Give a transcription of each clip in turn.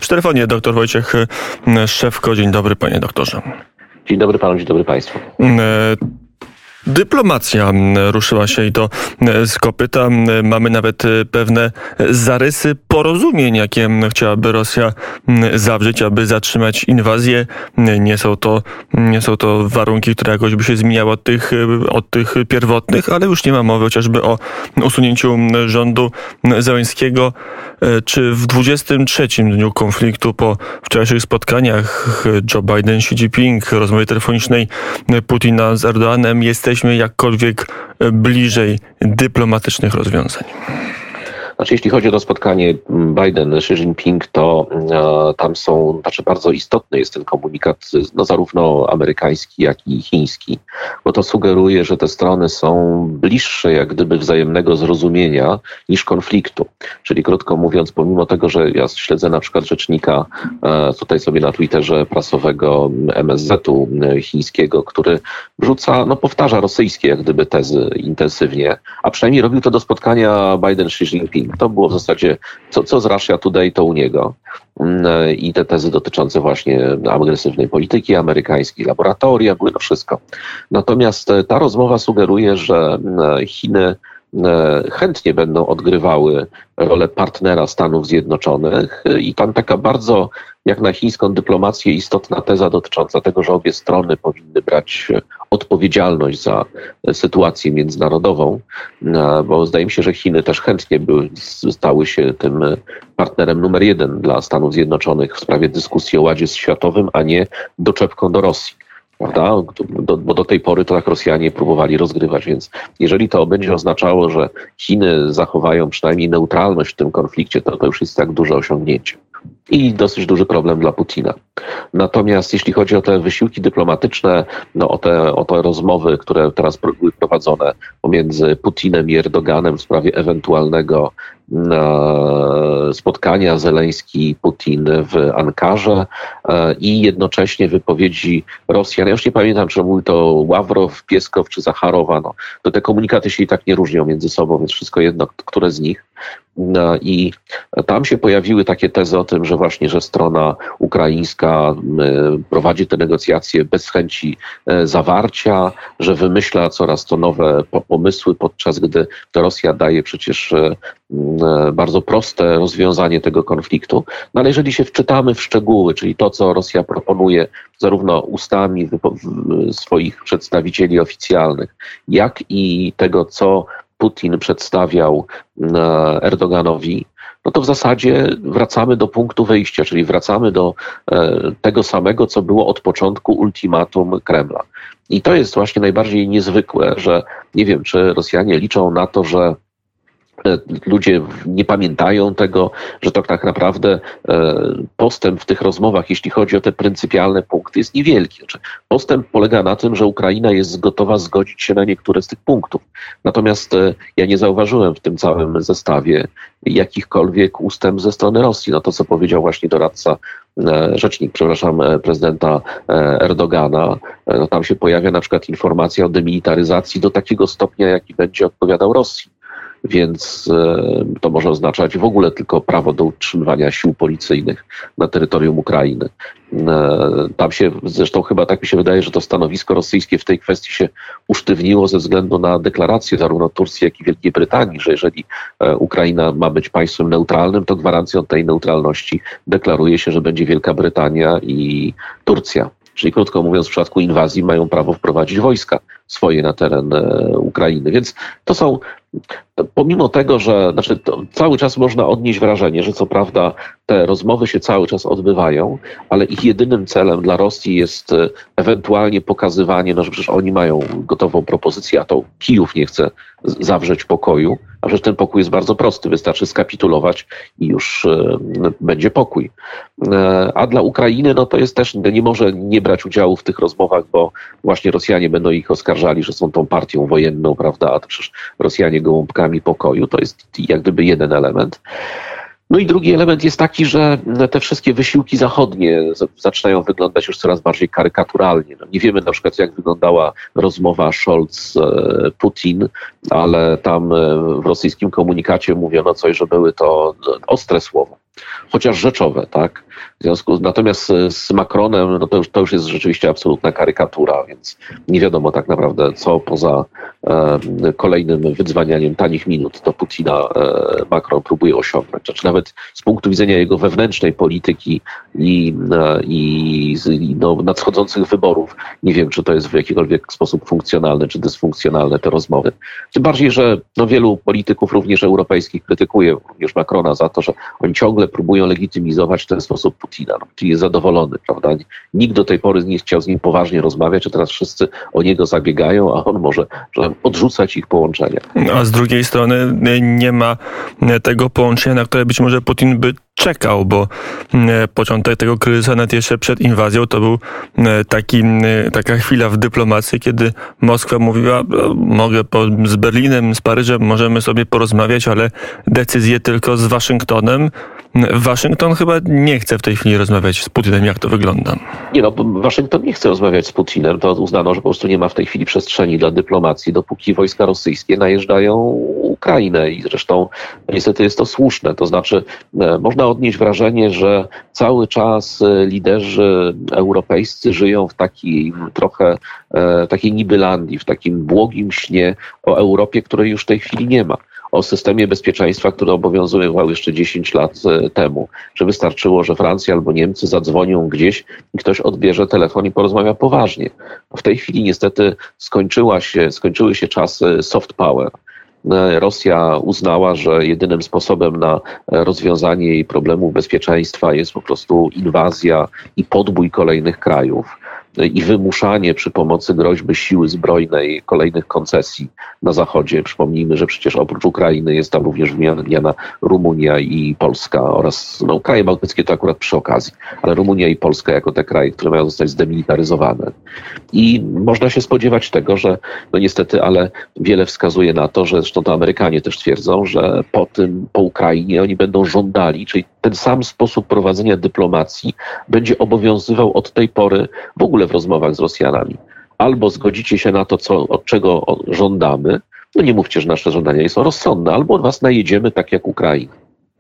Przy telefonie dr Wojciech Szewko. Dzień dobry, panie doktorze. Dzień dobry panu, dzień dobry państwu. Dyplomacja ruszyła się i to z kopyta. Mamy nawet pewne zarysy porozumień, jakie chciałaby Rosja zawrzeć, aby zatrzymać inwazję. Nie są to warunki, które jakoś by się zmieniały od tych pierwotnych, ale już nie ma mowy chociażby o usunięciu rządu Zełenskiego. Czy w 23. dniu konfliktu po wczorajszych spotkaniach Joe Biden, Xi Jinping, rozmowie telefonicznej Putina z Erdoganem jesteśmy jakkolwiek bliżej dyplomatycznych rozwiązań? Znaczy, jeśli chodzi o to spotkanie Biden-Xi Jinping, to tam bardzo istotny jest ten komunikat, zarówno amerykański, jak i chiński, bo to sugeruje, że te strony są bliższe jak gdyby wzajemnego zrozumienia niż konfliktu. Czyli krótko mówiąc, pomimo tego, że ja śledzę na przykład rzecznika tutaj sobie na Twitterze prasowego MSZ-u chińskiego, który powtarza rosyjskie jak gdyby tezy intensywnie, a przynajmniej robił to do spotkania Biden-Xi Jinping. To było w zasadzie, co z Russia Today, to u niego. I te tezy dotyczące właśnie agresywnej polityki amerykańskiej, laboratoria, były to wszystko. Natomiast ta rozmowa sugeruje, że Chiny chętnie będą odgrywały rolę partnera Stanów Zjednoczonych i tam taka bardzo, jak na chińską dyplomację, istotna teza dotycząca tego, że obie strony powinny brać odpowiedzialność za sytuację międzynarodową, bo zdaje mi się, że Chiny też chętnie stały się tym partnerem numer 1 dla Stanów Zjednoczonych w sprawie dyskusji o ładzie światowym, a nie doczepką do Rosji. Prawda? Bo do tej pory to tak Rosjanie próbowali rozgrywać, więc jeżeli to będzie oznaczało, że Chiny zachowają przynajmniej neutralność w tym konflikcie, to już jest tak duże osiągnięcie i dosyć duży problem dla Putina. Natomiast jeśli chodzi o te wysiłki dyplomatyczne, o te rozmowy, które teraz były prowadzone pomiędzy Putinem i Erdoganem w sprawie ewentualnego spotkania Zełenski-Putin w Ankarze i jednocześnie wypowiedzi Rosjan. Ja już nie pamiętam, czy mówił to Ławrow, Pieskow czy Zacharowa. To te komunikaty się i tak nie różnią między sobą, więc wszystko jedno, które z nich. I tam się pojawiły takie tezy o tym, że strona ukraińska prowadzi te negocjacje bez chęci zawarcia, że wymyśla coraz to nowe pomysły, podczas gdy to Rosja daje przecież bardzo proste rozwiązanie tego konfliktu. No ale jeżeli się wczytamy w szczegóły, czyli to, co Rosja proponuje zarówno ustami swoich przedstawicieli oficjalnych, jak i tego, co Putin przedstawiał Erdoganowi, no to w zasadzie wracamy do punktu wyjścia, czyli wracamy do tego samego, co było od początku ultimatum Kremla. I to jest właśnie najbardziej niezwykłe, że nie wiem, czy Rosjanie liczą na to, że ludzie nie pamiętają tego, że to tak naprawdę postęp w tych rozmowach, jeśli chodzi o te pryncypialne punkty, jest niewielki. Postęp polega na tym, że Ukraina jest gotowa zgodzić się na niektóre z tych punktów. Natomiast ja nie zauważyłem w tym całym zestawie jakichkolwiek ustęp ze strony Rosji. To, co powiedział właśnie rzecznik prezydenta Erdogana, tam się pojawia na przykład informacja o demilitaryzacji do takiego stopnia, jaki będzie odpowiadał Rosji. Więc to może oznaczać w ogóle tylko prawo do utrzymywania sił policyjnych na terytorium Ukrainy. Zresztą chyba tak mi się wydaje, że to stanowisko rosyjskie w tej kwestii się usztywniło ze względu na deklarację zarówno Turcji, jak i Wielkiej Brytanii, że jeżeli Ukraina ma być państwem neutralnym, to gwarancją tej neutralności deklaruje się, że będzie Wielka Brytania i Turcja. Czyli krótko mówiąc, w przypadku inwazji mają prawo wprowadzić wojska swoje na teren Ukrainy. Więc pomimo tego, że cały czas można odnieść wrażenie, że co prawda te rozmowy się cały czas odbywają, ale ich jedynym celem dla Rosji jest ewentualnie pokazywanie, że przecież oni mają gotową propozycję, a to Kijów nie chce zawrzeć pokoju, a przecież ten pokój jest bardzo prosty, wystarczy skapitulować i już będzie pokój. A dla Ukrainy to jest też, nie może nie brać udziału w tych rozmowach, bo właśnie Rosjanie będą ich oskarżali, że są tą partią wojenną, prawda, a to przecież Rosjanie gołąbkami pokoju, to jest jak gdyby jeden element. No i drugi element jest taki, że te wszystkie wysiłki zachodnie zaczynają wyglądać już coraz bardziej karykaturalnie. Nie wiemy na przykład, jak wyglądała rozmowa Scholz-Putin, ale tam w rosyjskim komunikacie mówiono coś, że były to ostre słowa. chociaż rzeczowe, tak? Natomiast z Macronem, no to już jest rzeczywiście absolutna karykatura, więc nie wiadomo tak naprawdę, co poza kolejnym wydzwanianiem tanich minut do Putina Macron próbuje osiągnąć. Znaczy nawet z punktu widzenia jego wewnętrznej polityki i nadchodzących wyborów, nie wiem, czy to jest w jakikolwiek sposób funkcjonalne, czy dysfunkcjonalne te rozmowy. Tym bardziej, że wielu polityków, również europejskich, krytykuje również Macrona za to, że oni ciągle próbują legitymizować w ten sposób Putina, czyli jest zadowolony, prawda? Nikt do tej pory nie chciał z nim poważnie rozmawiać, a teraz wszyscy o niego zabiegają, a on może odrzucać ich połączenia. A z drugiej strony nie ma tego połączenia, na które być może Putin by czekał, bo początek tego kryzysu, nawet jeszcze przed inwazją, to był taka chwila w dyplomacji, kiedy Moskwa mówiła, mogę z Berlinem, z Paryżem możemy sobie porozmawiać, ale decyzje tylko z Waszyngtonem. Waszyngton chyba nie chce w tej chwili rozmawiać z Putinem. Jak to wygląda? Nie, Waszyngton nie chce rozmawiać z Putinem. To uznano, że po prostu nie ma w tej chwili przestrzeni dla dyplomacji, dopóki wojska rosyjskie najeżdżają Ukrainę i zresztą niestety jest to słuszne. To znaczy można odnieść wrażenie, że cały czas liderzy europejscy żyją w takiej trochę takiej nibylandii, w takim błogim śnie o Europie, której już w tej chwili nie ma. O systemie bezpieczeństwa, który obowiązywał jeszcze 10 lat temu, że wystarczyło, że Francja albo Niemcy zadzwonią gdzieś i ktoś odbierze telefon i porozmawia poważnie. W tej chwili niestety skończyły się czasy soft power. Rosja uznała, że jedynym sposobem na rozwiązanie jej problemów bezpieczeństwa jest po prostu inwazja i podbój kolejnych krajów i wymuszanie przy pomocy groźby siły zbrojnej kolejnych koncesji na Zachodzie. Przypomnijmy, że przecież oprócz Ukrainy jest tam również wymieniana Rumunia i Polska oraz kraje bałtyckie to akurat przy okazji, ale Rumunia i Polska jako te kraje, które mają zostać zdemilitaryzowane. I można się spodziewać tego, że niestety, ale wiele wskazuje na to, że zresztą to Amerykanie też twierdzą, że po Ukrainie oni będą żądali, czyli ten sam sposób prowadzenia dyplomacji będzie obowiązywał od tej pory w ogóle w rozmowach z Rosjanami. Albo zgodzicie się na to, od czego żądamy, nie mówcie, że nasze żądania są rozsądne, albo od was najedziemy tak jak Ukraina.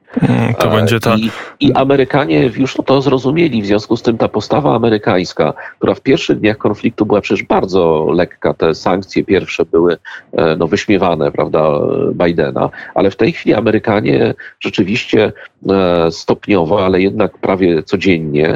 To będzie ta... I Amerykanie już to zrozumieli, w związku z tym ta postawa amerykańska, która w pierwszych dniach konfliktu była przecież bardzo lekka, te sankcje pierwsze były wyśmiewane, prawda, Bidena, ale w tej chwili Amerykanie rzeczywiście stopniowo, ale jednak prawie codziennie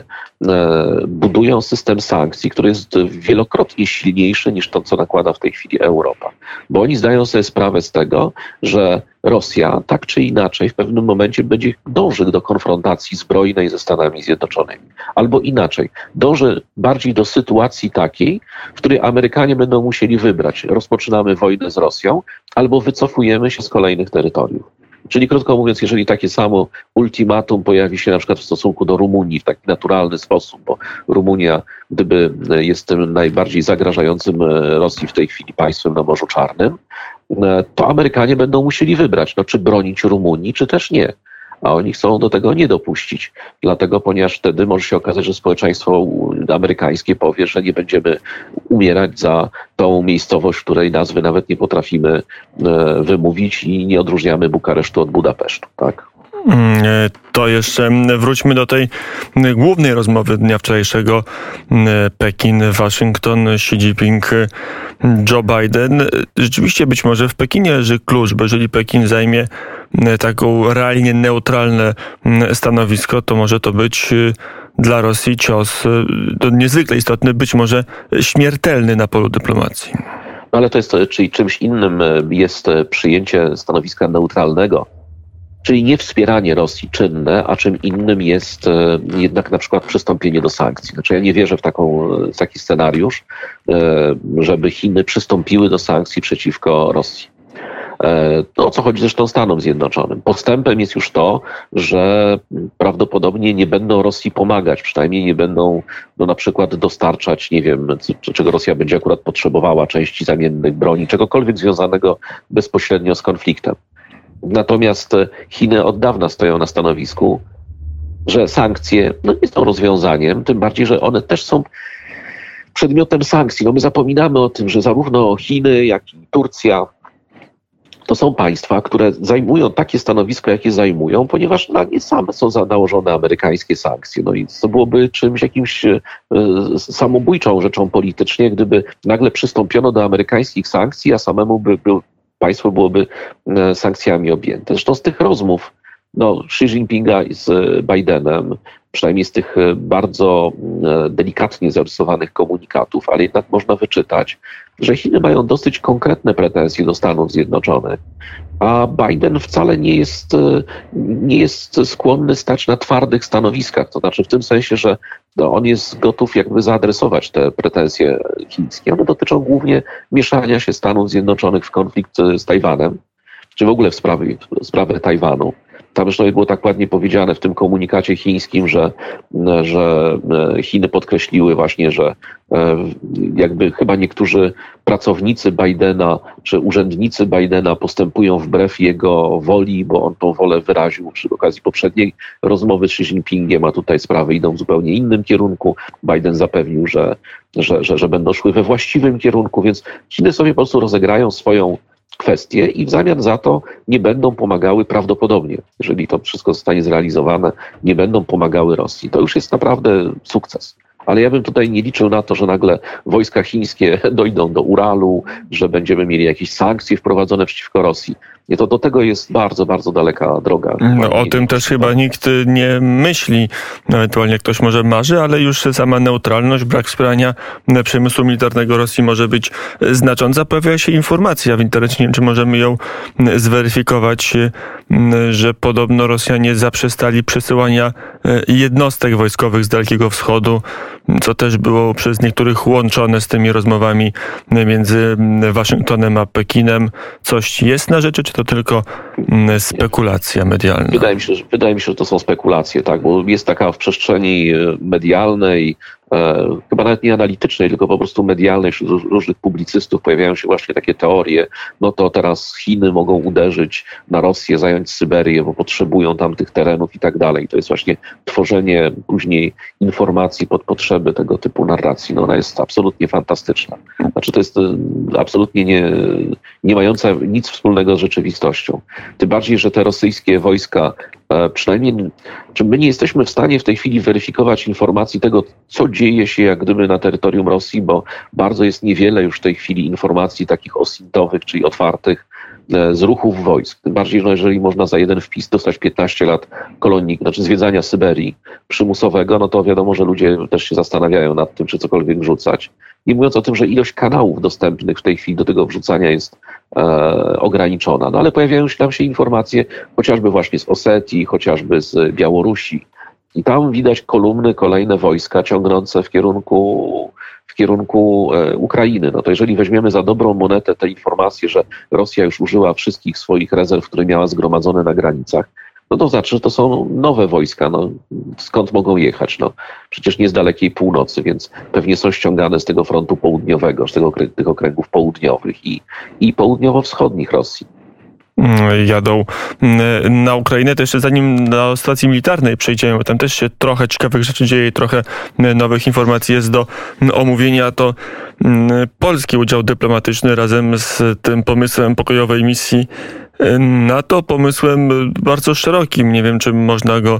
budują system sankcji, który jest wielokrotnie silniejszy niż to, co nakłada w tej chwili Europa. Bo oni zdają sobie sprawę z tego, że Rosja tak czy inaczej w pewnym momencie będzie dążyć do konfrontacji zbrojnej ze Stanami Zjednoczonymi. Albo inaczej, dąży bardziej do sytuacji takiej, w której Amerykanie będą musieli wybrać. Rozpoczynamy wojnę z Rosją albo wycofujemy się z kolejnych terytoriów. Czyli krótko mówiąc, jeżeli takie samo ultimatum pojawi się na przykład w stosunku do Rumunii w taki naturalny sposób, bo Rumunia, gdyby jest tym najbardziej zagrażającym Rosji w tej chwili państwem na Morzu Czarnym, to Amerykanie będą musieli wybrać, czy bronić Rumunii, czy też nie. A oni chcą do tego nie dopuścić. Dlatego, ponieważ wtedy może się okazać, że społeczeństwo amerykańskie powie, że nie będziemy umierać za tą miejscowość, której nazwy nawet nie potrafimy wymówić i nie odróżniamy Bukaresztu od Budapesztu, tak? To jeszcze wróćmy do tej głównej rozmowy dnia wczorajszego. Pekin, Waszyngton, Xi Jinping, Joe Biden. Rzeczywiście być może w Pekinie leży klucz, bo jeżeli Pekin zajmie taką realnie neutralne stanowisko, to może to być dla Rosji cios niezwykle istotny, być może śmiertelny na polu dyplomacji. Ale to jest, czyli czymś innym jest przyjęcie stanowiska neutralnego, czyli nie wspieranie Rosji czynne, a czym innym jest jednak na przykład przystąpienie do sankcji. Znaczy ja nie wierzę w taki scenariusz, żeby Chiny przystąpiły do sankcji przeciwko Rosji. O co chodzi zresztą Stanom Zjednoczonym. Postępem jest już to, że prawdopodobnie nie będą Rosji pomagać, przynajmniej nie będą na przykład dostarczać, nie wiem, czego Rosja będzie akurat potrzebowała, części zamiennych broni, czegokolwiek związanego bezpośrednio z konfliktem. Natomiast Chiny od dawna stoją na stanowisku, że sankcje nie są rozwiązaniem, tym bardziej, że one też są przedmiotem sankcji. My zapominamy o tym, że zarówno Chiny, jak i Turcja to są państwa, które zajmują takie stanowisko, jakie zajmują, ponieważ na nie same są nałożone amerykańskie sankcje. No i to byłoby jakimś samobójczą rzeczą politycznie, gdyby nagle przystąpiono do amerykańskich sankcji, a samemu państwo byłoby sankcjami objęte. Zresztą z tych rozmów Xi Jinpinga z Bidenem, przynajmniej z tych bardzo delikatnie zarysowanych komunikatów, ale jednak można wyczytać, że Chiny mają dosyć konkretne pretensje do Stanów Zjednoczonych, a Biden wcale nie jest skłonny stać na twardych stanowiskach. To znaczy w tym sensie, że on jest gotów jakby zaadresować te pretensje chińskie. One dotyczą głównie mieszania się Stanów Zjednoczonych w konflikt z Tajwanem, czy w ogóle w sprawę Tajwanu. Tam zresztą było tak ładnie powiedziane w tym komunikacie chińskim, że Chiny podkreśliły właśnie, że jakby chyba niektórzy pracownicy Bidena czy urzędnicy Bidena postępują wbrew jego woli, bo on tą wolę wyraził przy okazji poprzedniej rozmowy z Xi Jinpingiem, a tutaj sprawy idą w zupełnie innym kierunku. Biden zapewnił, że będą szły we właściwym kierunku, więc Chiny sobie po prostu rozegrają swoją kwestie i w zamian za to nie będą pomagały prawdopodobnie, jeżeli to wszystko zostanie zrealizowane, nie będą pomagały Rosji. To już jest naprawdę sukces. Ale ja bym tutaj nie liczył na to, że nagle wojska chińskie dojdą do Uralu, że będziemy mieli jakieś sankcje wprowadzone przeciwko Rosji. Nie, to do tego jest bardzo, bardzo daleka droga. O tym też chyba nikt nie myśli. Ewentualnie ktoś może marzy, ale już sama neutralność, brak wspierania przemysłu militarnego Rosji może być znacząca. Pojawia się informacja w internecie, nie wiem, czy możemy ją zweryfikować, że podobno Rosjanie zaprzestali przesyłania jednostek wojskowych z Dalekiego Wschodu, co też było przez niektórych łączone z tymi rozmowami między Waszyngtonem a Pekinem. Coś jest na rzeczy, czy to tylko spekulacja medialna? Wydaje mi się, że to są spekulacje, tak, bo jest taka w przestrzeni medialnej, chyba nawet nie analitycznej, tylko po prostu medialnej, wśród różnych publicystów pojawiają się właśnie takie teorie, no to teraz Chiny mogą uderzyć na Rosję, zająć Syberię, bo potrzebują tam tych terenów i tak dalej. To jest właśnie tworzenie później informacji pod potrzeby tego typu narracji. No ona jest absolutnie fantastyczna. Znaczy to jest absolutnie nie mająca nic wspólnego z rzeczywistością. Tym bardziej, że te rosyjskie wojska przynajmniej, czy my nie jesteśmy w stanie w tej chwili weryfikować informacji tego, co dzieje się jak gdyby na terytorium Rosji, bo bardzo jest niewiele już w tej chwili informacji takich osintowych, czyli otwartych z ruchów wojsk. Tym bardziej, że jeżeli można za jeden wpis dostać 15 lat kolonii, znaczy zwiedzania Syberii przymusowego, no to wiadomo, że ludzie też się zastanawiają nad tym, czy cokolwiek wrzucać. Nie mówiąc o tym, że ilość kanałów dostępnych w tej chwili do tego wrzucania jest ograniczona. No ale pojawiają się tam informacje chociażby właśnie z Osetii, chociażby z Białorusi. I tam widać kolumny, kolejne wojska ciągnące w kierunku Ukrainy. No to jeżeli weźmiemy za dobrą monetę te informacje, że Rosja już użyła wszystkich swoich rezerw, które miała zgromadzone na granicach, no to znaczy, że to są nowe wojska. No, skąd mogą jechać? No, przecież nie z dalekiej północy, więc pewnie są ściągane z tego frontu południowego, z tych okręgów południowych i południowo-wschodnich Rosji. Jadą na Ukrainę. To jeszcze zanim do sytuacji militarnej przejdziemy, bo tam też się trochę ciekawych rzeczy dzieje, trochę nowych informacji jest do omówienia, to polski udział dyplomatyczny razem z tym pomysłem pokojowej misji NATO, pomysłem bardzo szerokim. Nie wiem, czy można go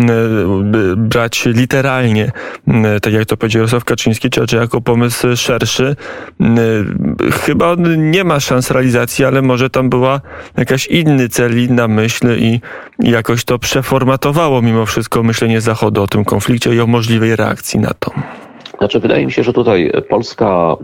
brać literalnie, tak jak to powiedział Jarosław Kaczyński, czy jako pomysł szerszy. Chyba on nie ma szans realizacji, ale może tam była jakaś inny cel, inna myśl i jakoś to przeformatowało mimo wszystko myślenie Zachodu o tym konflikcie i o możliwej reakcji na to. Znaczy, wydaje mi się, że tutaj Polska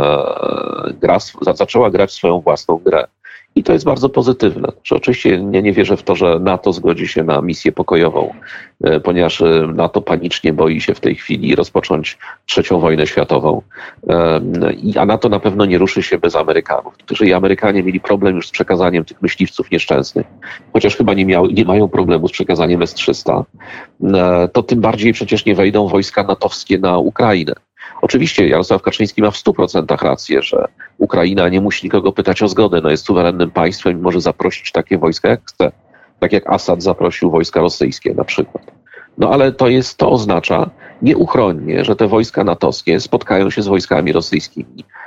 zaczęła grać swoją własną grę. I to jest bardzo pozytywne. Oczywiście ja nie wierzę w to, że NATO zgodzi się na misję pokojową, ponieważ NATO panicznie boi się w tej chwili rozpocząć trzecią wojnę światową. A NATO na pewno nie ruszy się bez Amerykanów. Jeżeli Amerykanie mieli problem już z przekazaniem tych myśliwców nieszczęsnych, chociaż chyba nie mają problemu z przekazaniem S-300, to tym bardziej przecież nie wejdą wojska natowskie na Ukrainę. Oczywiście Jarosław Kaczyński ma w 100% rację, że Ukraina nie musi nikogo pytać o zgodę. No jest suwerennym państwem i może zaprosić takie wojska jak chce. Tak jak Assad zaprosił wojska rosyjskie na przykład. No ale to oznacza nieuchronnie, że te wojska natowskie spotkają się z wojskami rosyjskimi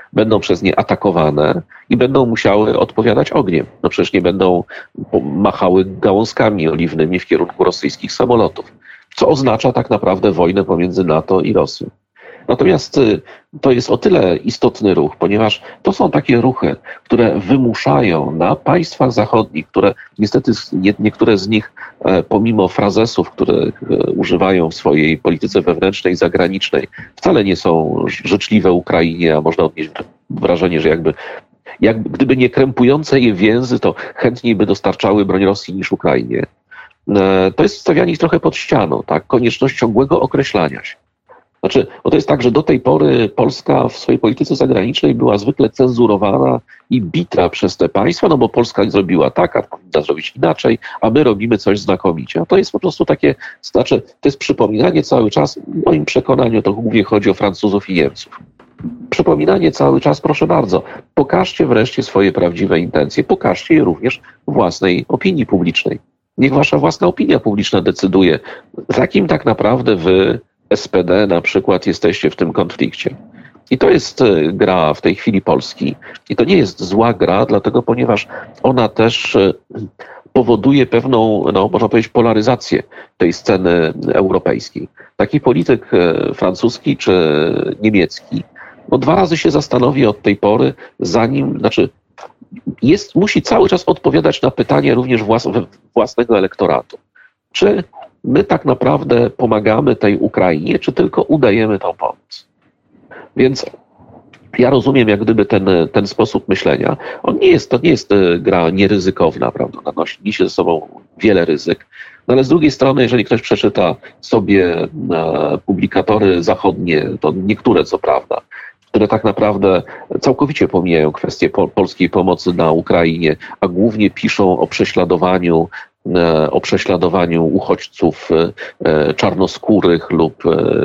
będą przez nie atakowane i będą musiały odpowiadać ogniem. No przecież nie będą machały gałązkami oliwnymi w kierunku rosyjskich samolotów, co oznacza tak naprawdę wojnę pomiędzy NATO i Rosją. Natomiast to jest o tyle istotny ruch, ponieważ to są takie ruchy, które wymuszają na państwach zachodnich, które niestety niektóre z nich, pomimo frazesów, których używają w swojej polityce wewnętrznej i zagranicznej, wcale nie są życzliwe Ukrainie, a można odnieść wrażenie, że gdyby nie krępujące je więzy, to chętniej by dostarczały broń Rosji niż Ukrainie. To jest stawianie ich trochę pod ścianą, tak? Konieczność ciągłego określania się. Znaczy, bo to jest tak, że do tej pory Polska w swojej polityce zagranicznej była zwykle cenzurowana i bita przez te państwa, no bo Polska zrobiła tak, a powinna zrobić inaczej, a my robimy coś znakomicie. A to jest po prostu takie, to jest przypominanie cały czas, w moim przekonaniu to głównie chodzi o Francuzów i Niemców. Przypominanie cały czas, proszę bardzo, pokażcie wreszcie swoje prawdziwe intencje, pokażcie je również własnej opinii publicznej. Niech wasza własna opinia publiczna decyduje, za kim tak naprawdę wy, SPD na przykład, jesteście w tym konflikcie. I to jest gra w tej chwili Polski. I to nie jest zła gra, dlatego ponieważ ona też powoduje pewną, można powiedzieć, polaryzację tej sceny europejskiej. Taki polityk francuski czy niemiecki, 2 razy się zastanowi od tej pory, musi cały czas odpowiadać na pytanie również własnego elektoratu. Czy my tak naprawdę pomagamy tej Ukrainie, czy tylko udajemy tą pomoc? Więc ja rozumiem jak gdyby ten sposób myślenia. To nie jest gra nieryzykowna, prawda? Niesie ze sobą wiele ryzyk. No ale z drugiej strony, jeżeli ktoś przeczyta sobie publikatory zachodnie, to niektóre co prawda, które tak naprawdę całkowicie pomijają kwestię polskiej pomocy na Ukrainie, a głównie piszą o prześladowaniu uchodźców czarnoskórych lub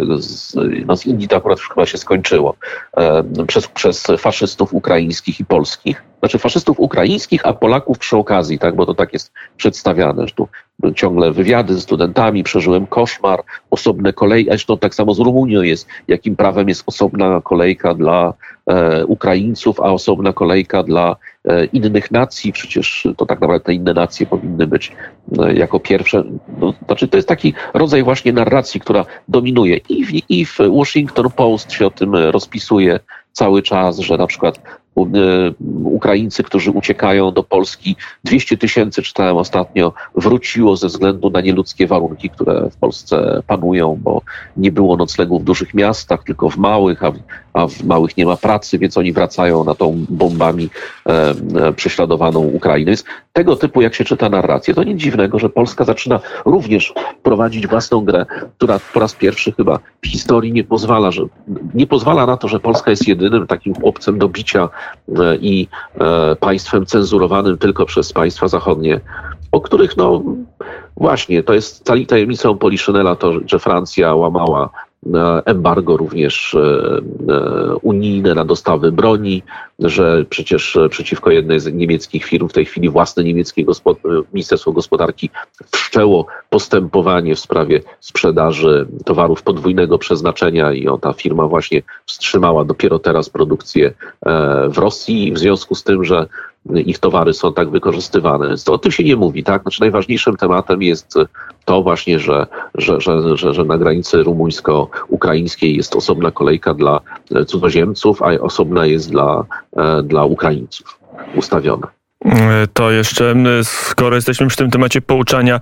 z Indii, to akurat już chyba się skończyło, przez faszystów ukraińskich i polskich. Znaczy faszystów ukraińskich, a Polaków przy okazji, tak, bo to tak jest przedstawiane, że tu ciągle wywiady z studentami, przeżyłem koszmar, osobne kolejki, a zresztą tak samo z Rumunią jest, jakim prawem jest osobna kolejka dla Ukraińców, a osobna kolejka dla innych nacji, przecież to tak naprawdę te inne nacje powinny być jako pierwsze. Znaczy to jest taki rodzaj właśnie narracji, która dominuje i w Washington Post się o tym rozpisuje cały czas, że na przykład Ukraińcy, którzy uciekają do Polski, 200 000, czytałem ostatnio, wróciło ze względu na nieludzkie warunki, które w Polsce panują, bo nie było noclegów w dużych miastach, tylko w małych, a w małych nie ma pracy, więc oni wracają na tą bombami prześladowaną Ukrainę. Więc tego typu, jak się czyta narrację, to nic dziwnego, że Polska zaczyna również prowadzić własną grę, która po raz pierwszy chyba w historii nie pozwala na to, że Polska jest jedynym takim chłopcem do bicia i państwem cenzurowanym tylko przez państwa zachodnie, o których właśnie, to jest tajemnicą Poliszynela to, że Francja łamała embargo również unijne na dostawy broni, że przecież przeciwko jednej z niemieckich firm w tej chwili własne niemieckie Ministerstwo Gospodarki wszczęło postępowanie w sprawie sprzedaży towarów podwójnego przeznaczenia i ta firma właśnie wstrzymała dopiero teraz produkcję w Rosji w związku z tym, że ich towary są tak wykorzystywane. O tym się nie mówi, tak? Znaczy najważniejszym tematem jest to właśnie, że na granicy rumuńsko-ukraińskiej jest osobna kolejka dla cudzoziemców, a osobna jest dla Ukraińców ustawiona. To jeszcze, skoro jesteśmy przy tym temacie pouczania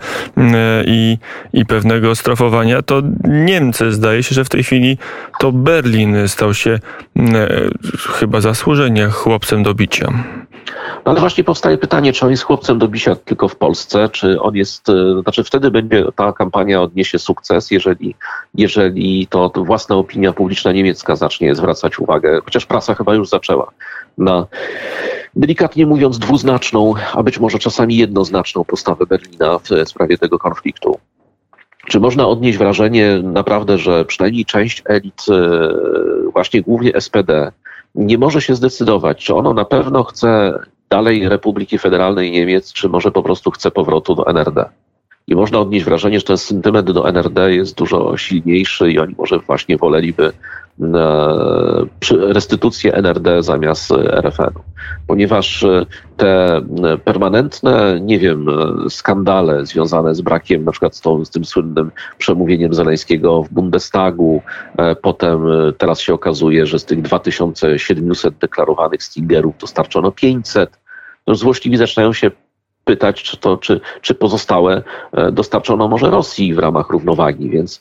i pewnego strofowania, to Niemcy, zdaje się, że w tej chwili to Berlin stał się chyba zasłużenie chłopcem do bicia. No ale właśnie powstaje pytanie, czy on jest chłopcem do bicia tylko w Polsce, czy on jest, wtedy ta kampania odniesie sukces, jeżeli to własna opinia publiczna niemiecka zacznie zwracać uwagę, chociaż prasa chyba już zaczęła, na delikatnie mówiąc dwuznaczną, a być może czasami jednoznaczną postawę Berlina w sprawie tego konfliktu. Czy można odnieść wrażenie naprawdę, że przynajmniej część elit, właśnie głównie SPD, nie może się zdecydować, czy ono na pewno chce dalej Republiki Federalnej Niemiec, czy może po prostu chce powrotu do NRD. I można odnieść wrażenie, że ten sentyment do NRD jest dużo silniejszy i oni może właśnie woleliby restytucję NRD zamiast RFN-u. Ponieważ te permanentne, nie wiem, skandale związane z brakiem, na przykład z tym słynnym przemówieniem Zeleńskiego w Bundestagu, potem teraz się okazuje, że z tych 2700 deklarowanych Stingerów dostarczono 500. No, złośliwi zaczynają się pytać, czy pozostałe dostarczono może Rosji w ramach równowagi, więc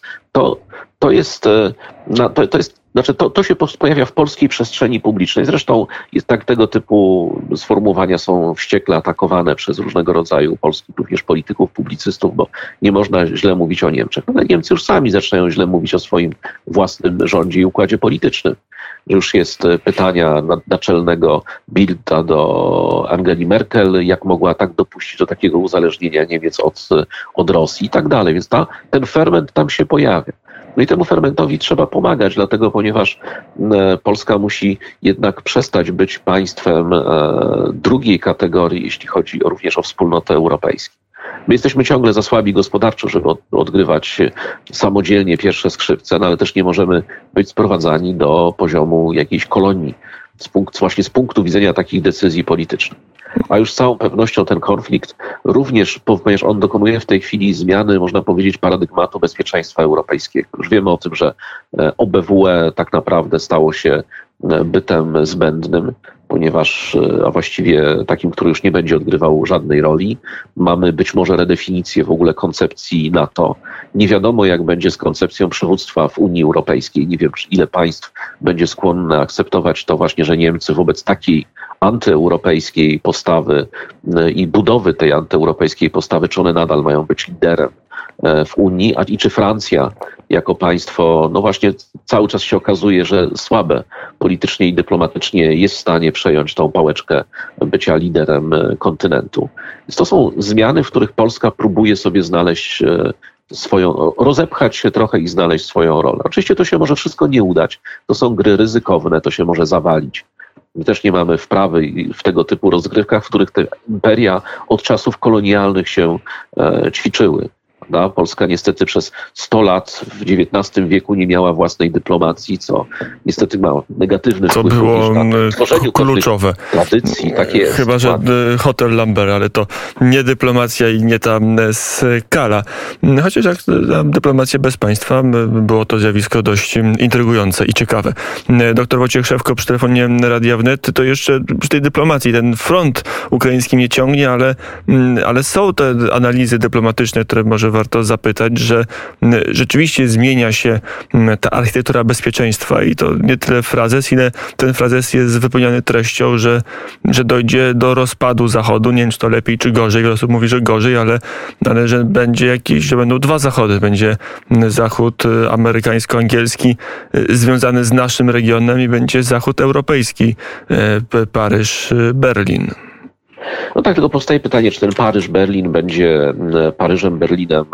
to się pojawia w polskiej przestrzeni publicznej. Zresztą tego typu sformułowania są wściekle atakowane przez różnego rodzaju polskich również polityków, publicystów, bo nie można źle mówić o Niemczech. Ale Niemcy już sami zaczynają źle mówić o swoim własnym rządzie i układzie politycznym. Już jest pytania naczelnego Bildta do Angeli Merkel, jak mogła tak dopuścić do takiego uzależnienia Niemiec od Rosji i tak dalej. Więc ten ferment tam się pojawia. No i temu fermentowi trzeba pomagać, ponieważ Polska musi jednak przestać być państwem drugiej kategorii, jeśli chodzi również o wspólnotę europejską. My jesteśmy ciągle za słabi gospodarczo, żeby odgrywać samodzielnie pierwsze skrzypce, no ale też nie możemy być sprowadzani do poziomu jakiejś kolonii właśnie z punktu widzenia takich decyzji politycznych. A już z całą pewnością ten konflikt również, ponieważ on dokonuje w tej chwili zmiany, można powiedzieć, paradygmatu bezpieczeństwa europejskiego. Już wiemy o tym, że OBWE tak naprawdę stało się bytem zbędnym, ponieważ, a właściwie takim, który już nie będzie odgrywał żadnej roli. Mamy być może redefinicję w ogóle koncepcji NATO. Nie wiadomo, jak będzie z koncepcją przywództwa w Unii Europejskiej. Nie wiem, ile państw będzie skłonne akceptować to właśnie, że Niemcy wobec takiej antyeuropejskiej postawy i budowy tej antyeuropejskiej postawy, czy one nadal mają być liderem w Unii, i czy Francja jako państwo, no właśnie cały czas się okazuje, że słabe politycznie i dyplomatycznie jest w stanie przejąć tą pałeczkę bycia liderem kontynentu. Więc to są zmiany, w których Polska próbuje sobie znaleźć rozepchać się trochę i znaleźć swoją rolę. Oczywiście to się może wszystko nie udać. To są gry ryzykowne, to się może zawalić. My też nie mamy wprawy w tego typu rozgrywkach, w których te imperia od czasów kolonialnych się ćwiczyły. Polska niestety przez 100 lat w XIX wieku nie miała własnej dyplomacji, co niestety ma negatywny wpływ na tworzeniu kluczowe tradycji. Tak jest. Chyba, że hotel Lambert, ale to nie dyplomacja i nie ta skala. Chociaż jak dyplomacja bez państwa, było to zjawisko dość intrygujące i ciekawe. Doktor Wojciech Szewko przy telefonie Radia Wnet, to jeszcze przy tej dyplomacji ten front ukraiński mnie ciągnie, ale są te analizy dyplomatyczne, które może warto zapytać, że rzeczywiście zmienia się ta architektura bezpieczeństwa i to nie tyle frazes, ile ten frazes jest wypełniony treścią, że dojdzie do rozpadu Zachodu. Nie wiem, czy to lepiej, czy gorzej. Wiele osób mówi, że gorzej, ale że że będą dwa Zachody. Będzie Zachód amerykańsko-angielski związany z naszym regionem i będzie Zachód europejski, Paryż, Berlin. No tak, tylko powstaje pytanie, czy ten Paryż-Berlin będzie Paryżem, Berlinem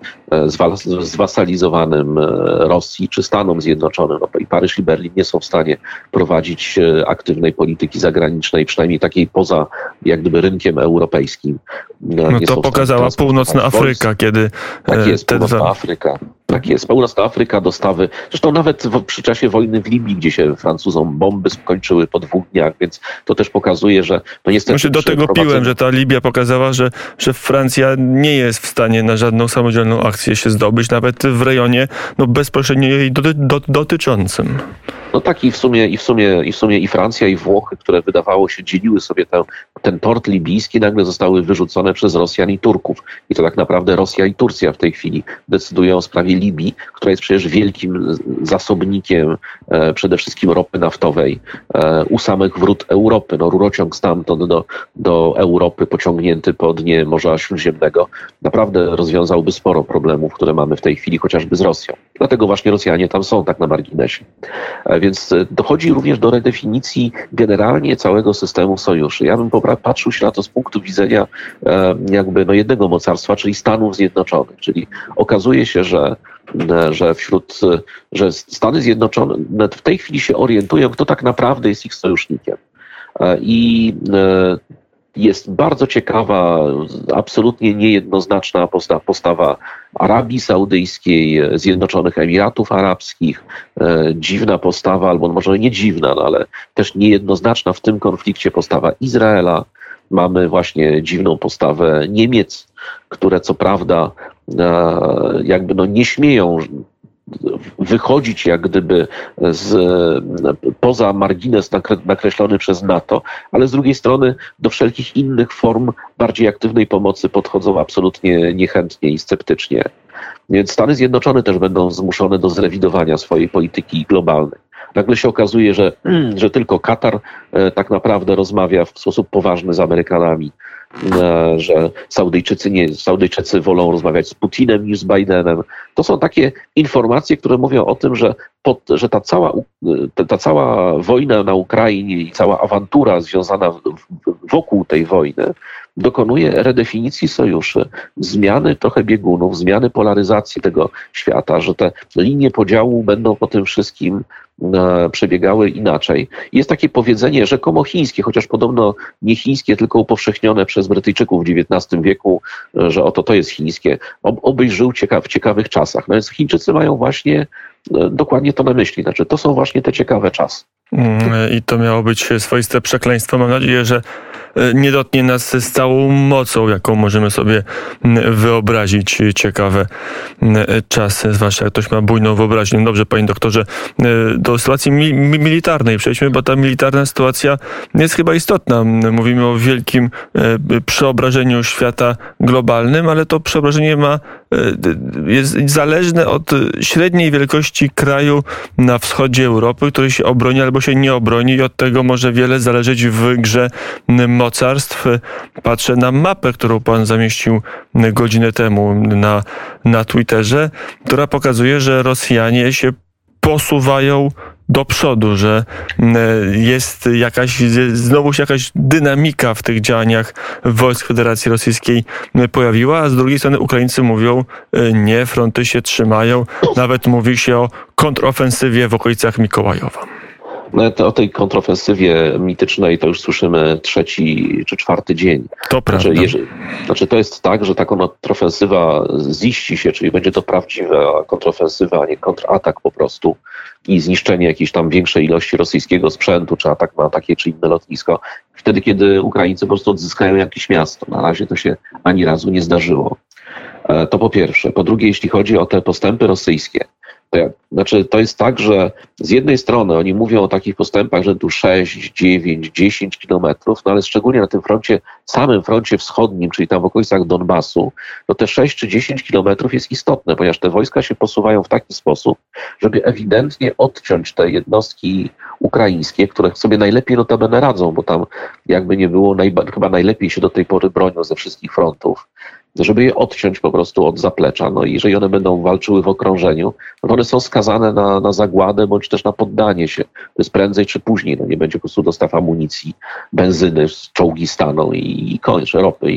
zwasalizowanym Rosji czy Stanom Zjednoczonym. No i Paryż i Berlin nie są w stanie prowadzić aktywnej polityki zagranicznej, przynajmniej takiej poza jak gdyby rynkiem europejskim. No to pokazała Północna Afryka, kiedy... Tak jest, Północna Afryka. Tak jest. Północna Afryka, dostawy. Zresztą nawet przy czasie wojny w Libii, gdzie się Francuzom bomby skończyły po 2 dniach, więc to też pokazuje, że no niestety... Do tego piłem, że ta Libia pokazała, że Francja nie jest w stanie na żadną samodzielną akcję się zdobyć, nawet w rejonie bezpośrednio jej dotyczącym. No tak, i w sumie i Francja, i Włochy, które wydawało się dzieliły sobie ten port libijski, nagle zostały wyrzucone przez Rosjan i Turków. I to tak naprawdę Rosja i Turcja w tej chwili decydują o sprawie Libii, która jest przecież wielkim zasobnikiem przede wszystkim ropy naftowej u samych wrót Europy. No, rurociąg stamtąd do Europy pociągnięty po dnie Morza Śródziemnego naprawdę rozwiązałby sporo problemów, które mamy w tej chwili chociażby z Rosją. Dlatego właśnie Rosjanie tam są tak na marginesie. Więc dochodzi również do redefinicji generalnie całego systemu sojuszy. Ja bym patrzył się na to z punktu widzenia jakby jednego mocarstwa, czyli Stanów Zjednoczonych. Czyli okazuje się, że Stany Zjednoczone w tej chwili się orientują, kto tak naprawdę jest ich sojusznikiem. I jest bardzo ciekawa, absolutnie niejednoznaczna postawa Arabii Saudyjskiej, Zjednoczonych Emiratów Arabskich. Dziwna postawa, albo może nie dziwna, no ale też niejednoznaczna w tym konflikcie postawa Izraela. Mamy właśnie dziwną postawę Niemiec, które co prawda jakby nie śmieją wychodzić jak gdyby poza margines nakreślony przez NATO, ale z drugiej strony do wszelkich innych form bardziej aktywnej pomocy podchodzą absolutnie niechętnie i sceptycznie. Więc Stany Zjednoczone też będą zmuszone do zrewidowania swojej polityki globalnej. Nagle się okazuje, że tylko Katar tak naprawdę rozmawia w sposób poważny z Amerykanami, że Saudyjczycy wolą rozmawiać z Putinem niż z Bidenem. To są takie informacje, które mówią o tym, że ta cała wojna na Ukrainie i cała awantura związana wokół tej wojny dokonuje redefinicji sojuszy, zmiany trochę biegunów, zmiany polaryzacji tego świata, że te linie podziału będą po tym wszystkim przebiegały inaczej. Jest takie powiedzenie rzekomo chińskie, chociaż podobno nie chińskie, tylko upowszechnione przez Brytyjczyków w XIX wieku, że oto to jest chińskie. Obyś żył w ciekawych czasach. No więc Chińczycy mają właśnie dokładnie to na myśli. Znaczy, to są właśnie te ciekawe czasy. I to miało być swoiste przekleństwo. Mam nadzieję, że nie dotknie nas z całą mocą, jaką możemy sobie wyobrazić. Ciekawe czasy, zwłaszcza jak ktoś ma bujną wyobraźnię. Dobrze, panie doktorze, do sytuacji militarnej przejdźmy, bo ta militarna sytuacja jest chyba istotna. Mówimy o wielkim przeobrażeniu świata globalnym, ale to przeobrażenie jest zależne od średniej wielkości kraju na wschodzie Europy, który się obroni albo się nie obroni, i od tego może wiele zależeć w grze mocarstw. Patrzę na mapę, którą pan zamieścił godzinę temu na Twitterze, która pokazuje, że Rosjanie się posuwają do przodu, że jest znowu się jakaś dynamika w tych działaniach wojsk Federacji Rosyjskiej pojawiła, a z drugiej strony Ukraińcy mówią, nie, fronty się trzymają, nawet mówi się o kontrofensywie w okolicach Mikołajowa. O tej kontrofensywie mitycznej to już słyszymy 3. czy 4. dzień. To prawda. Znaczy to jest tak, że ta kontrofensywa ziści się, czyli będzie to prawdziwa kontrofensywa, a nie kontratak po prostu i zniszczenie jakiejś tam większej ilości rosyjskiego sprzętu, czy atak na takie czy inne lotnisko, wtedy kiedy Ukraińcy po prostu odzyskają jakieś miasto. Na razie to się ani razu nie zdarzyło. To po pierwsze. Po drugie, jeśli chodzi o te postępy rosyjskie, to jest tak, że z jednej strony oni mówią o takich postępach, że tu 6, 9, 10 kilometrów, no ale szczególnie na tym samym froncie wschodnim, czyli tam w okolicach Donbasu, no te 6 czy 10 kilometrów jest istotne, ponieważ te wojska się posuwają w taki sposób, żeby ewidentnie odciąć te jednostki ukraińskie, które sobie najlepiej notabene radzą, bo tam jakby nie było, chyba najlepiej się do tej pory bronią ze wszystkich frontów, żeby je odciąć po prostu od zaplecza. No i jeżeli one będą walczyły w okrążeniu, no to one są skazane na zagładę bądź też na poddanie się. To jest prędzej czy później. No nie będzie po prostu dostaw amunicji, benzyny, czołgi staną i koniec, ropy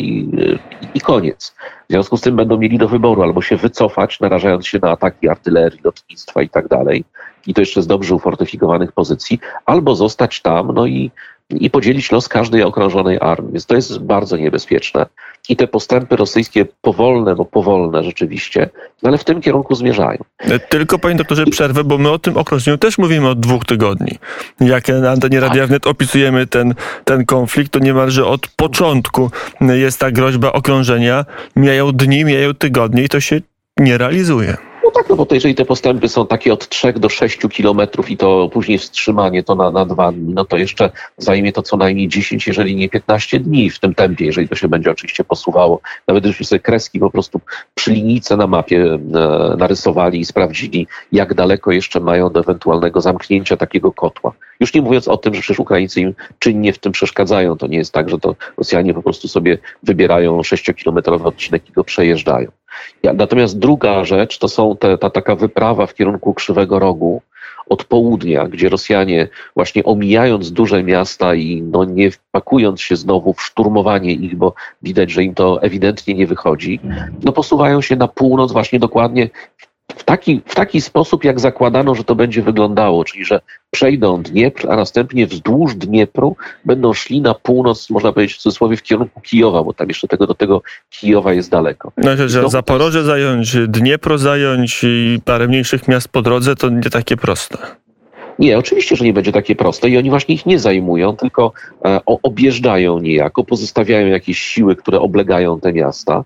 i koniec. W związku z tym będą mieli do wyboru albo się wycofać, narażając się na ataki artylerii, lotnictwa i tak dalej. I to jeszcze z dobrze ufortyfikowanych pozycji, albo zostać tam, no i podzielić los każdej okrążonej armii. Więc to jest bardzo niebezpieczne. I te postępy rosyjskie powolne rzeczywiście, no ale w tym kierunku zmierzają. Tylko, panie doktorze, przerwę, bo my o tym okrążeniu też mówimy od 2 tygodni. Jak na antenie Radia Wnet opisujemy ten konflikt, to niemalże od początku jest ta groźba okrążenia. Mijają dni, mijają tygodnie i to się nie realizuje. No tak, no bo jeżeli te postępy są takie od 3 do 6 kilometrów i to później wstrzymanie to na 2 dni, no to jeszcze zajmie to co najmniej 10, jeżeli nie 15 dni w tym tempie, jeżeli to się będzie oczywiście posuwało. Nawet już sobie kreski po prostu przy linijce na mapie narysowali i sprawdzili, jak daleko jeszcze mają do ewentualnego zamknięcia takiego kotła. Już nie mówiąc o tym, że przecież Ukraińcy im czynnie w tym przeszkadzają. To nie jest tak, że to Rosjanie po prostu sobie wybierają 6-kilometrowy odcinek i go przejeżdżają. Natomiast druga rzecz to są ta taka wyprawa w kierunku Krzywego Rogu od południa, gdzie Rosjanie właśnie omijając duże miasta i nie wpakując się znowu w szturmowanie ich, bo widać, że im to ewidentnie nie wychodzi, posuwają się na północ właśnie dokładnie w taki sposób, jak zakładano, że to będzie wyglądało, czyli że przejdą Dniepr, a następnie wzdłuż Dniepru będą szli na północ, można powiedzieć w cudzysłowie, w kierunku Kijowa, bo tam jeszcze do tego Kijowa jest daleko. Znaczy, że Zaporoże zająć, Dniepro zająć i parę mniejszych miast po drodze, to nie takie proste. Nie, oczywiście, że nie będzie takie proste i oni właśnie ich nie zajmują, tylko objeżdżają niejako, pozostawiają jakieś siły, które oblegają te miasta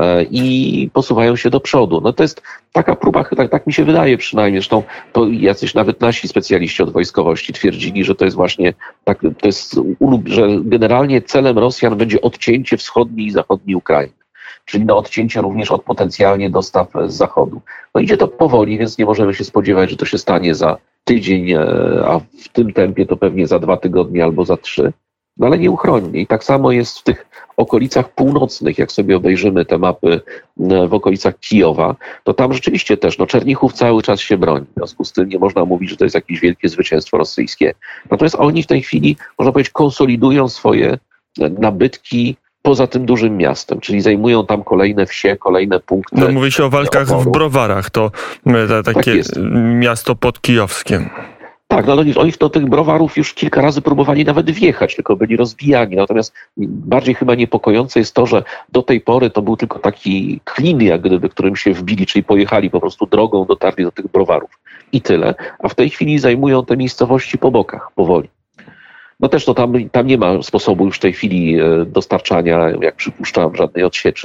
i posuwają się do przodu. No to jest taka próba, tak mi się wydaje przynajmniej, zresztą to jacyś nawet nasi specjaliści od wojskowości twierdzili, że to jest właśnie tak, że generalnie celem Rosjan będzie odcięcie wschodniej i zachodniej Ukrainy. Czyli na odcięcie również od potencjalnie dostaw z zachodu. No idzie to powoli, więc nie możemy się spodziewać, że to się stanie za tydzień, a w tym tempie to pewnie za 2 tygodnie albo za 3, no ale nieuchronnie. I tak samo jest w tych okolicach północnych, jak sobie obejrzymy te mapy w okolicach Kijowa, to tam rzeczywiście też, Czernichów cały czas się broni. W związku z tym nie można mówić, że to jest jakieś wielkie zwycięstwo rosyjskie. Natomiast oni w tej chwili, można powiedzieć, konsolidują swoje nabytki poza tym dużym miastem, czyli zajmują tam kolejne wsie, kolejne punkty. No mówi się o walkach w Browarach, to takie tak miasto podkijowskie. Tak, no oni do tych browarów już kilka razy próbowali nawet wjechać, tylko byli rozbijani. Natomiast bardziej chyba niepokojące jest to, że do tej pory to był tylko taki klin, jak gdyby, którym się wbili, czyli pojechali po prostu drogą, dotarli do tych browarów i tyle. A w tej chwili zajmują te miejscowości po bokach, powoli. No też tam nie ma sposobu już w tej chwili dostarczania, jak przypuszczam, żadnej odsieczy,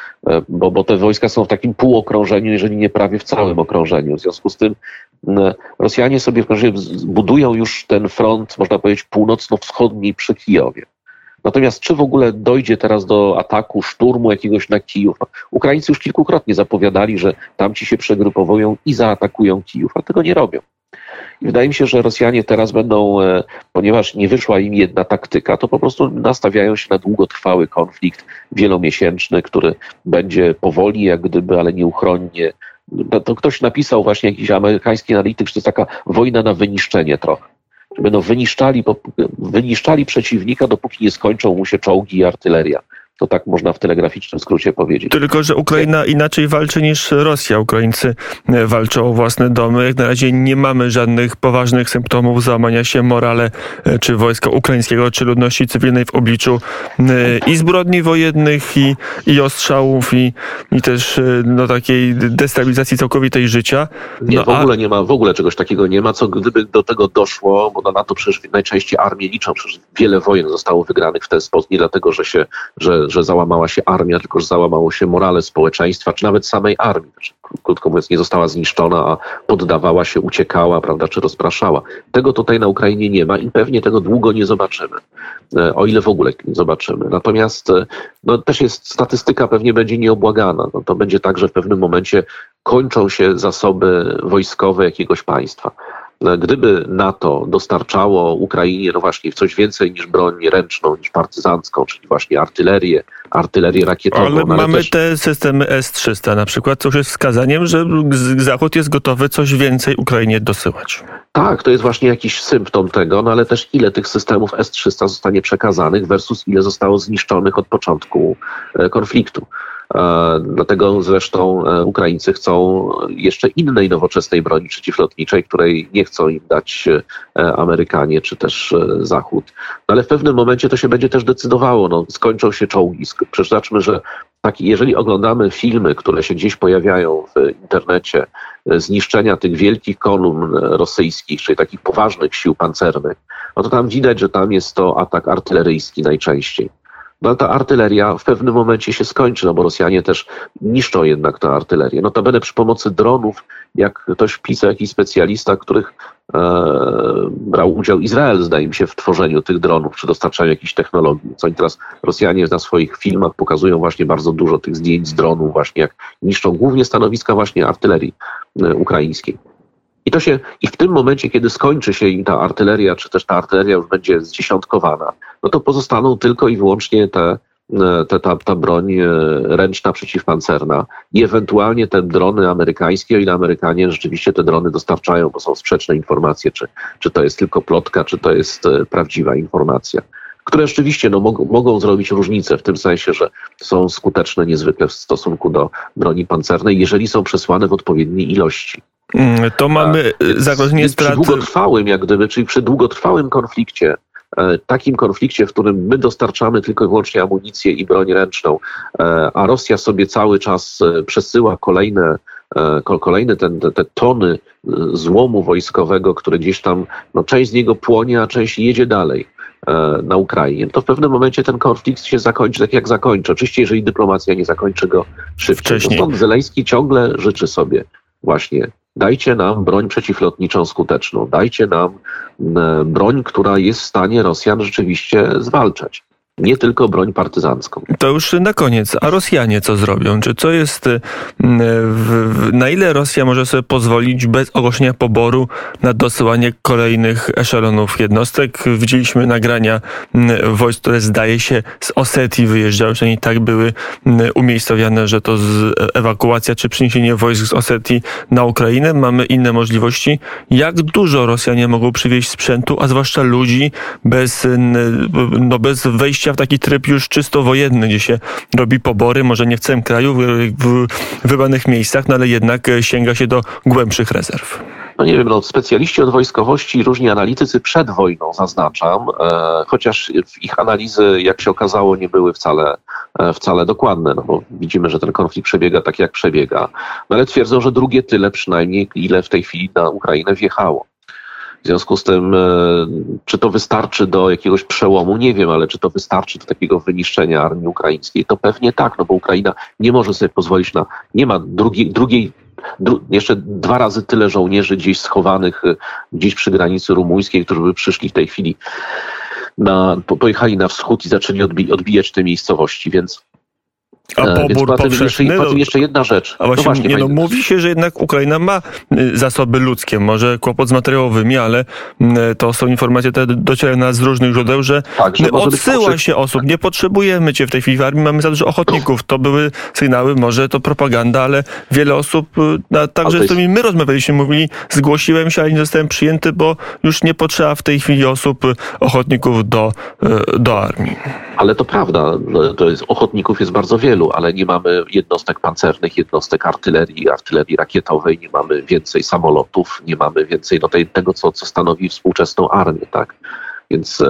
bo te wojska są w takim półokrążeniu, jeżeli nie prawie w całym okrążeniu. W związku z tym Rosjanie sobie budują już ten front, można powiedzieć, północno-wschodni przy Kijowie. Natomiast czy w ogóle dojdzie teraz do ataku, szturmu jakiegoś na Kijów? Ukraińcy już kilkukrotnie zapowiadali, że tamci się przegrupowują i zaatakują Kijów, a tego nie robią. I wydaje mi się, że Rosjanie teraz będą, ponieważ nie wyszła im jedna taktyka, to po prostu nastawiają się na długotrwały konflikt wielomiesięczny, który będzie powoli, jak gdyby, ale nieuchronnie. To ktoś napisał, właśnie jakiś amerykański analityk, że to jest taka wojna na wyniszczenie trochę. Będą wyniszczali przeciwnika, dopóki nie skończą mu się czołgi i artyleria. To tak można w telegraficznym skrócie powiedzieć. Tylko że Ukraina inaczej walczy niż Rosja. Ukraińcy walczą o własne domy. Jak na razie nie mamy żadnych poważnych symptomów załamania się morale czy wojska ukraińskiego, czy ludności cywilnej w obliczu i zbrodni wojennych, i ostrzałów, i też takiej destabilizacji całkowitej życia. Nie, w ogóle czegoś takiego nie ma, co gdyby do tego doszło, bo na to przecież najczęściej armie liczą, przecież wiele wojen zostało wygranych w ten sposób, nie dlatego, że załamała się armia, tylko że załamało się morale społeczeństwa, czy nawet samej armii. Znaczy, krótko mówiąc, nie została zniszczona, a poddawała się, uciekała, prawda, czy rozpraszała. Tego tutaj na Ukrainie nie ma i pewnie tego długo nie zobaczymy. O ile w ogóle nie zobaczymy. Natomiast też jest statystyka, pewnie będzie nieobłagana. To będzie tak, że w pewnym momencie kończą się zasoby wojskowe jakiegoś państwa. Gdyby NATO dostarczało Ukrainie właśnie coś więcej niż broń ręczną, niż partyzancką, czyli właśnie artylerię rakietową. Ale mamy te systemy S-300 na przykład, co już jest wskazaniem, że Zachód jest gotowy coś więcej Ukrainie dosyłać. Tak, to jest właśnie jakiś symptom tego, ale też ile tych systemów S-300 zostanie przekazanych versus ile zostało zniszczonych od początku konfliktu. Dlatego zresztą Ukraińcy chcą jeszcze innej nowoczesnej broni przeciwlotniczej, której nie chcą im dać Amerykanie czy też Zachód. Ale w pewnym momencie to się będzie też decydowało. Skończą się czołgi. Przeznaczmy, że jeżeli oglądamy filmy, które się gdzieś pojawiają w internecie, zniszczenia tych wielkich kolumn rosyjskich, czyli takich poważnych sił pancernych, to tam widać, że tam jest to atak artyleryjski najczęściej. No ta artyleria w pewnym momencie się skończy, bo Rosjanie też niszczą jednak tę artylerię. Notabene przy pomocy dronów, jak ktoś pisał, jakiś specjalista, których brał udział Izrael, zdaje mi się, w tworzeniu tych dronów, czy dostarczaniu jakichś technologii. Co oni teraz, Rosjanie na swoich filmach pokazują właśnie bardzo dużo tych zdjęć z dronów, właśnie jak niszczą głównie stanowiska właśnie artylerii ukraińskiej. I w tym momencie, kiedy skończy się im ta artyleria, czy też ta artyleria już będzie zdziesiątkowana, to pozostaną tylko i wyłącznie ta broń ręczna przeciwpancerna i ewentualnie te drony amerykańskie, o ile Amerykanie rzeczywiście te drony dostarczają, bo są sprzeczne informacje, czy to jest tylko plotka, czy to jest prawdziwa informacja. które rzeczywiście mogą zrobić różnicę w tym sensie, że są skuteczne niezwykle w stosunku do broni pancernej, jeżeli są przesłane w odpowiedniej ilości. To mamy zagrożenie straty. Przy długotrwałym, czyli przy długotrwałym konflikcie, takim konflikcie, w którym my dostarczamy tylko i wyłącznie amunicję i broń ręczną, a Rosja sobie cały czas przesyła kolejne te tony złomu wojskowego, które gdzieś tam, część z niego płonie, a część jedzie dalej na Ukrainie, to w pewnym momencie ten konflikt się zakończy tak, jak zakończy. Oczywiście, jeżeli dyplomacja nie zakończy go szybciej. Stąd Zełenski ciągle życzy sobie właśnie: dajcie nam broń przeciwlotniczą skuteczną, dajcie nam broń, która jest w stanie Rosjan rzeczywiście zwalczać. Nie tylko broń partyzancką. To już na koniec. A Rosjanie co zrobią? Czy co jest, na ile Rosja może sobie pozwolić bez ogłoszenia poboru na dosyłanie kolejnych eszelonów jednostek? Widzieliśmy nagrania wojsk, które zdaje się z Osetii wyjeżdżały, przynajmniej tak były umiejscowione, że to ewakuacja czy przeniesienie wojsk z Osetii na Ukrainę. Mamy inne możliwości. Jak dużo Rosjanie mogą przywieźć sprzętu, a zwłaszcza ludzi bez wejścia w taki tryb już czysto wojenny, gdzie się robi pobory, może nie w całym kraju, w wybranych miejscach, ale jednak sięga się do głębszych rezerw. Nie wiem, specjaliści od wojskowości, różni analitycy przed wojną, zaznaczam, chociaż ich analizy, jak się okazało, nie były wcale dokładne, bo widzimy, że ten konflikt przebiega tak, jak przebiega, ale twierdzą, że drugie tyle przynajmniej, ile w tej chwili na Ukrainę wjechało. W związku z tym, czy to wystarczy do jakiegoś przełomu, nie wiem, ale czy to wystarczy do takiego wyniszczenia armii ukraińskiej, to pewnie tak, bo Ukraina nie może sobie pozwolić nie ma jeszcze 2 razy tyle żołnierzy gdzieś schowanych, gdzieś przy granicy rumuńskiej, którzy by przyszli w tej chwili, pojechali na wschód i zaczęli odbijać te miejscowości, więc a pobór powszechny? Poza tym jeszcze jedna rzecz. A właśnie, mówi się, że jednak Ukraina ma zasoby ludzkie, może kłopot z materiałowymi, ale to są informacje, które docierają nas z różnych źródeł, że odsyła się osób. Nie potrzebujemy cię w tej chwili w armii, mamy za dużo ochotników. To były sygnały, może to propaganda, ale wiele osób, także z którymi my rozmawialiśmy, mówili: zgłosiłem się, ale nie zostałem przyjęty, bo już nie potrzeba w tej chwili osób, ochotników do armii. Ale to prawda, ochotników jest bardzo wielu, ale nie mamy jednostek pancernych, jednostek artylerii rakietowej, nie mamy więcej samolotów, nie mamy więcej tego, co stanowi współczesną armię, tak? Więc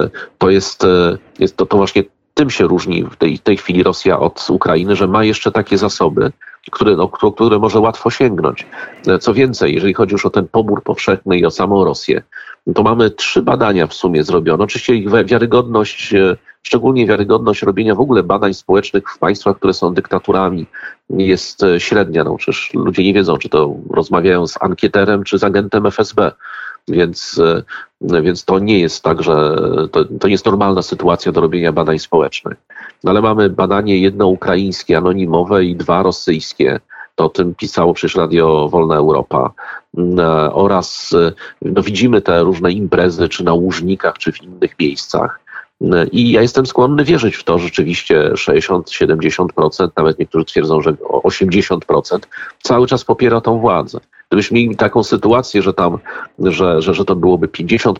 to właśnie tym się różni w tej chwili Rosja od Ukrainy, że ma jeszcze takie zasoby, które może łatwo sięgnąć. Co więcej, jeżeli chodzi już o ten pobór powszechny i o samą Rosję, to mamy 3 badania w sumie zrobione. Oczywiście ich wiarygodność, szczególnie wiarygodność robienia w ogóle badań społecznych w państwach, które są dyktaturami, jest średnia. Przecież ludzie nie wiedzą, czy to rozmawiają z ankieterem, czy z agentem FSB. Więc to nie jest tak, że to nie jest normalna sytuacja do robienia badań społecznych. Ale mamy badanie jedno ukraińskie, anonimowe, i 2 rosyjskie. To o tym pisało przecież Radio Wolna Europa. Oraz widzimy te różne imprezy, czy na Łużnikach, czy w innych miejscach. I ja jestem skłonny wierzyć w to, że rzeczywiście 60-70%, nawet niektórzy twierdzą, że 80% cały czas popiera tą władzę. Gdybyśmy mieli taką sytuację, że to byłoby 50%,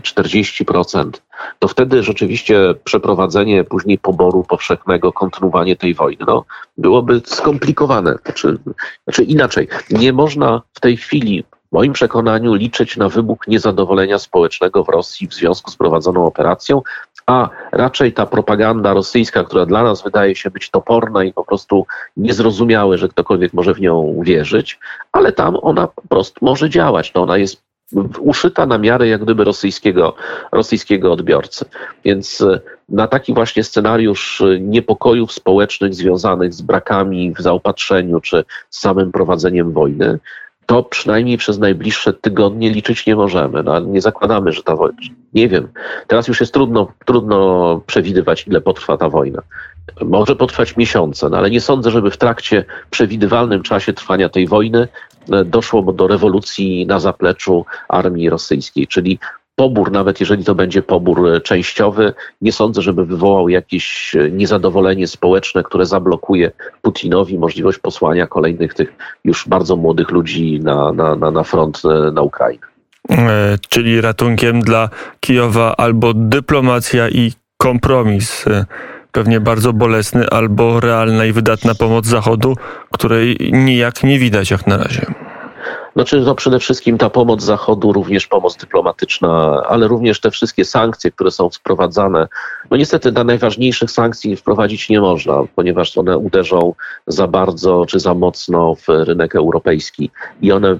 40%, to wtedy rzeczywiście przeprowadzenie później poboru powszechnego, kontynuowanie tej wojny, byłoby skomplikowane. Znaczy inaczej, nie można w tej chwili, w moim przekonaniu, liczyć na wybuch niezadowolenia społecznego w Rosji w związku z prowadzoną operacją, a raczej ta propaganda rosyjska, która dla nas wydaje się być toporna i po prostu niezrozumiałe, że ktokolwiek może w nią wierzyć, ale tam ona po prostu może działać. Ona jest uszyta na miarę jak gdyby rosyjskiego odbiorcy. Więc na taki właśnie scenariusz niepokojów społecznych związanych z brakami w zaopatrzeniu czy z samym prowadzeniem wojny, to przynajmniej przez najbliższe tygodnie liczyć nie możemy. Nie zakładamy, że ta wojna... Nie wiem. Teraz już jest trudno przewidywać, ile potrwa ta wojna. Może potrwać miesiące, ale nie sądzę, żeby w trakcie przewidywalnym czasie trwania tej wojny doszło do rewolucji na zapleczu armii rosyjskiej. Czyli pobór, nawet jeżeli to będzie pobór częściowy, nie sądzę, żeby wywołał jakieś niezadowolenie społeczne, które zablokuje Putinowi możliwość posłania kolejnych tych już bardzo młodych ludzi na front na Ukrainę. Czyli ratunkiem dla Kijowa albo dyplomacja i kompromis, pewnie bardzo bolesny, albo realna i wydatna pomoc Zachodu, której nijak nie widać jak na razie. Znaczy, no przede wszystkim ta pomoc Zachodu, również pomoc dyplomatyczna, ale również te wszystkie sankcje, które są wprowadzane. No niestety na najważniejszych sankcji wprowadzić nie można, ponieważ one uderzą za bardzo czy za mocno w rynek europejski i one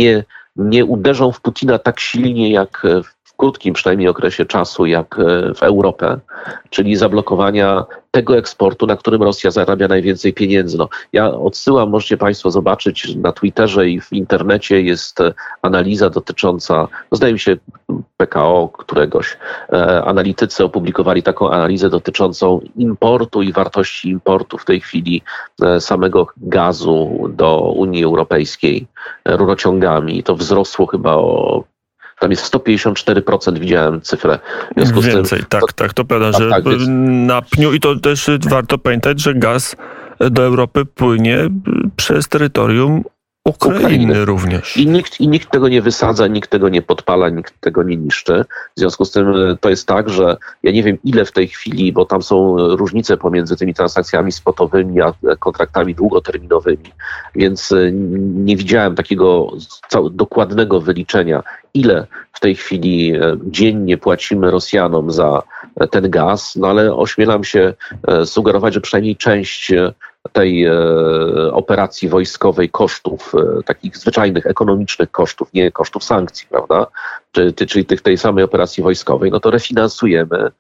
nie uderzą w Putina tak silnie jak w krótkim przynajmniej okresie czasu, jak w Europę, czyli zablokowania tego eksportu, na którym Rosja zarabia najwięcej pieniędzy. No, ja odsyłam, możecie Państwo zobaczyć na Twitterze i w internecie jest analiza dotycząca, no zdaje mi się PKO któregoś, analitycy opublikowali taką analizę dotyczącą importu i wartości importu w tej chwili samego gazu do Unii Europejskiej rurociągami. To wzrosło chyba tam jest 154%, widziałem cyfrę. W związku Więcej, z tym, tak, to prawda, że tak, na pniu i to też warto pamiętać, że gaz do Europy płynie przez terytorium Ukrainy również. I nikt tego nie wysadza, nikt tego nie podpala, nikt tego nie niszczy. W związku z tym to jest tak, że ja nie wiem ile w tej chwili, bo tam są różnice pomiędzy tymi transakcjami spotowymi a kontraktami długoterminowymi, więc nie widziałem takiego dokładnego wyliczenia, ile w tej chwili dziennie płacimy Rosjanom za ten gaz, no ale ośmielam się sugerować, że przynajmniej część tej operacji wojskowej kosztów, takich zwyczajnych ekonomicznych kosztów, nie kosztów sankcji, prawda, czyli tej samej operacji wojskowej, no to refinansujemy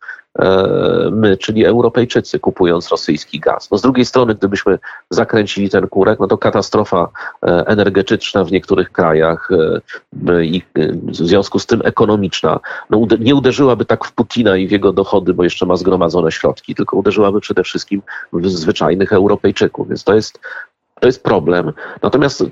my, czyli Europejczycy, kupując rosyjski gaz. No z drugiej strony, gdybyśmy zakręcili ten kurek, no to katastrofa energetyczna w niektórych krajach i w związku z tym ekonomiczna, no nie uderzyłaby tak w Putina i w jego dochody, bo jeszcze ma zgromadzone środki, tylko uderzyłaby przede wszystkim w zwyczajnych Europejczyków, więc to jest problem. Natomiast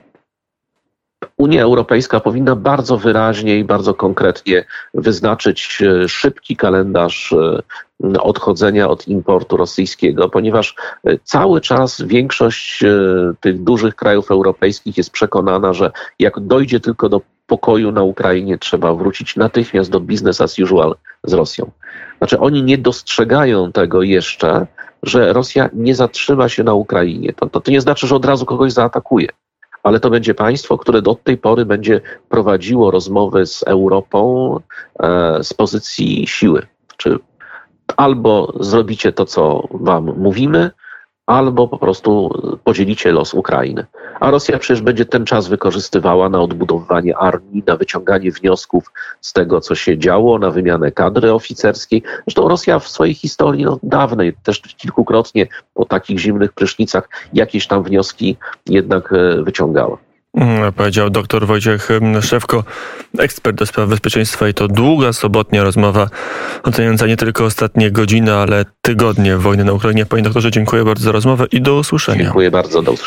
Unia Europejska powinna bardzo wyraźnie i bardzo konkretnie wyznaczyć szybki kalendarz odchodzenia od importu rosyjskiego, ponieważ cały czas większość tych dużych krajów europejskich jest przekonana, że jak dojdzie tylko do pokoju na Ukrainie, trzeba wrócić natychmiast do business as usual z Rosją. Znaczy oni nie dostrzegają tego jeszcze, że Rosja nie zatrzyma się na Ukrainie. To nie znaczy, że od razu kogoś zaatakuje. Ale to będzie państwo, które do tej pory będzie prowadziło rozmowy z Europą z pozycji siły. Czy albo zrobicie to, co wam mówimy, albo po prostu podzielicie los Ukrainy. A Rosja przecież będzie ten czas wykorzystywała na odbudowywanie armii, na wyciąganie wniosków z tego, co się działo, na wymianę kadry oficerskiej. Zresztą Rosja w swojej historii dawnej, też kilkukrotnie po takich zimnych prysznicach jakieś tam wnioski jednak wyciągała. Powiedział dr Wojciech Szewko, ekspert do spraw bezpieczeństwa, i to długa sobotnia rozmowa oceniająca nie tylko ostatnie godziny, ale tygodnie wojny na Ukrainie. Panie doktorze, dziękuję bardzo za rozmowę i do usłyszenia. Dziękuję bardzo, do usłyszenia.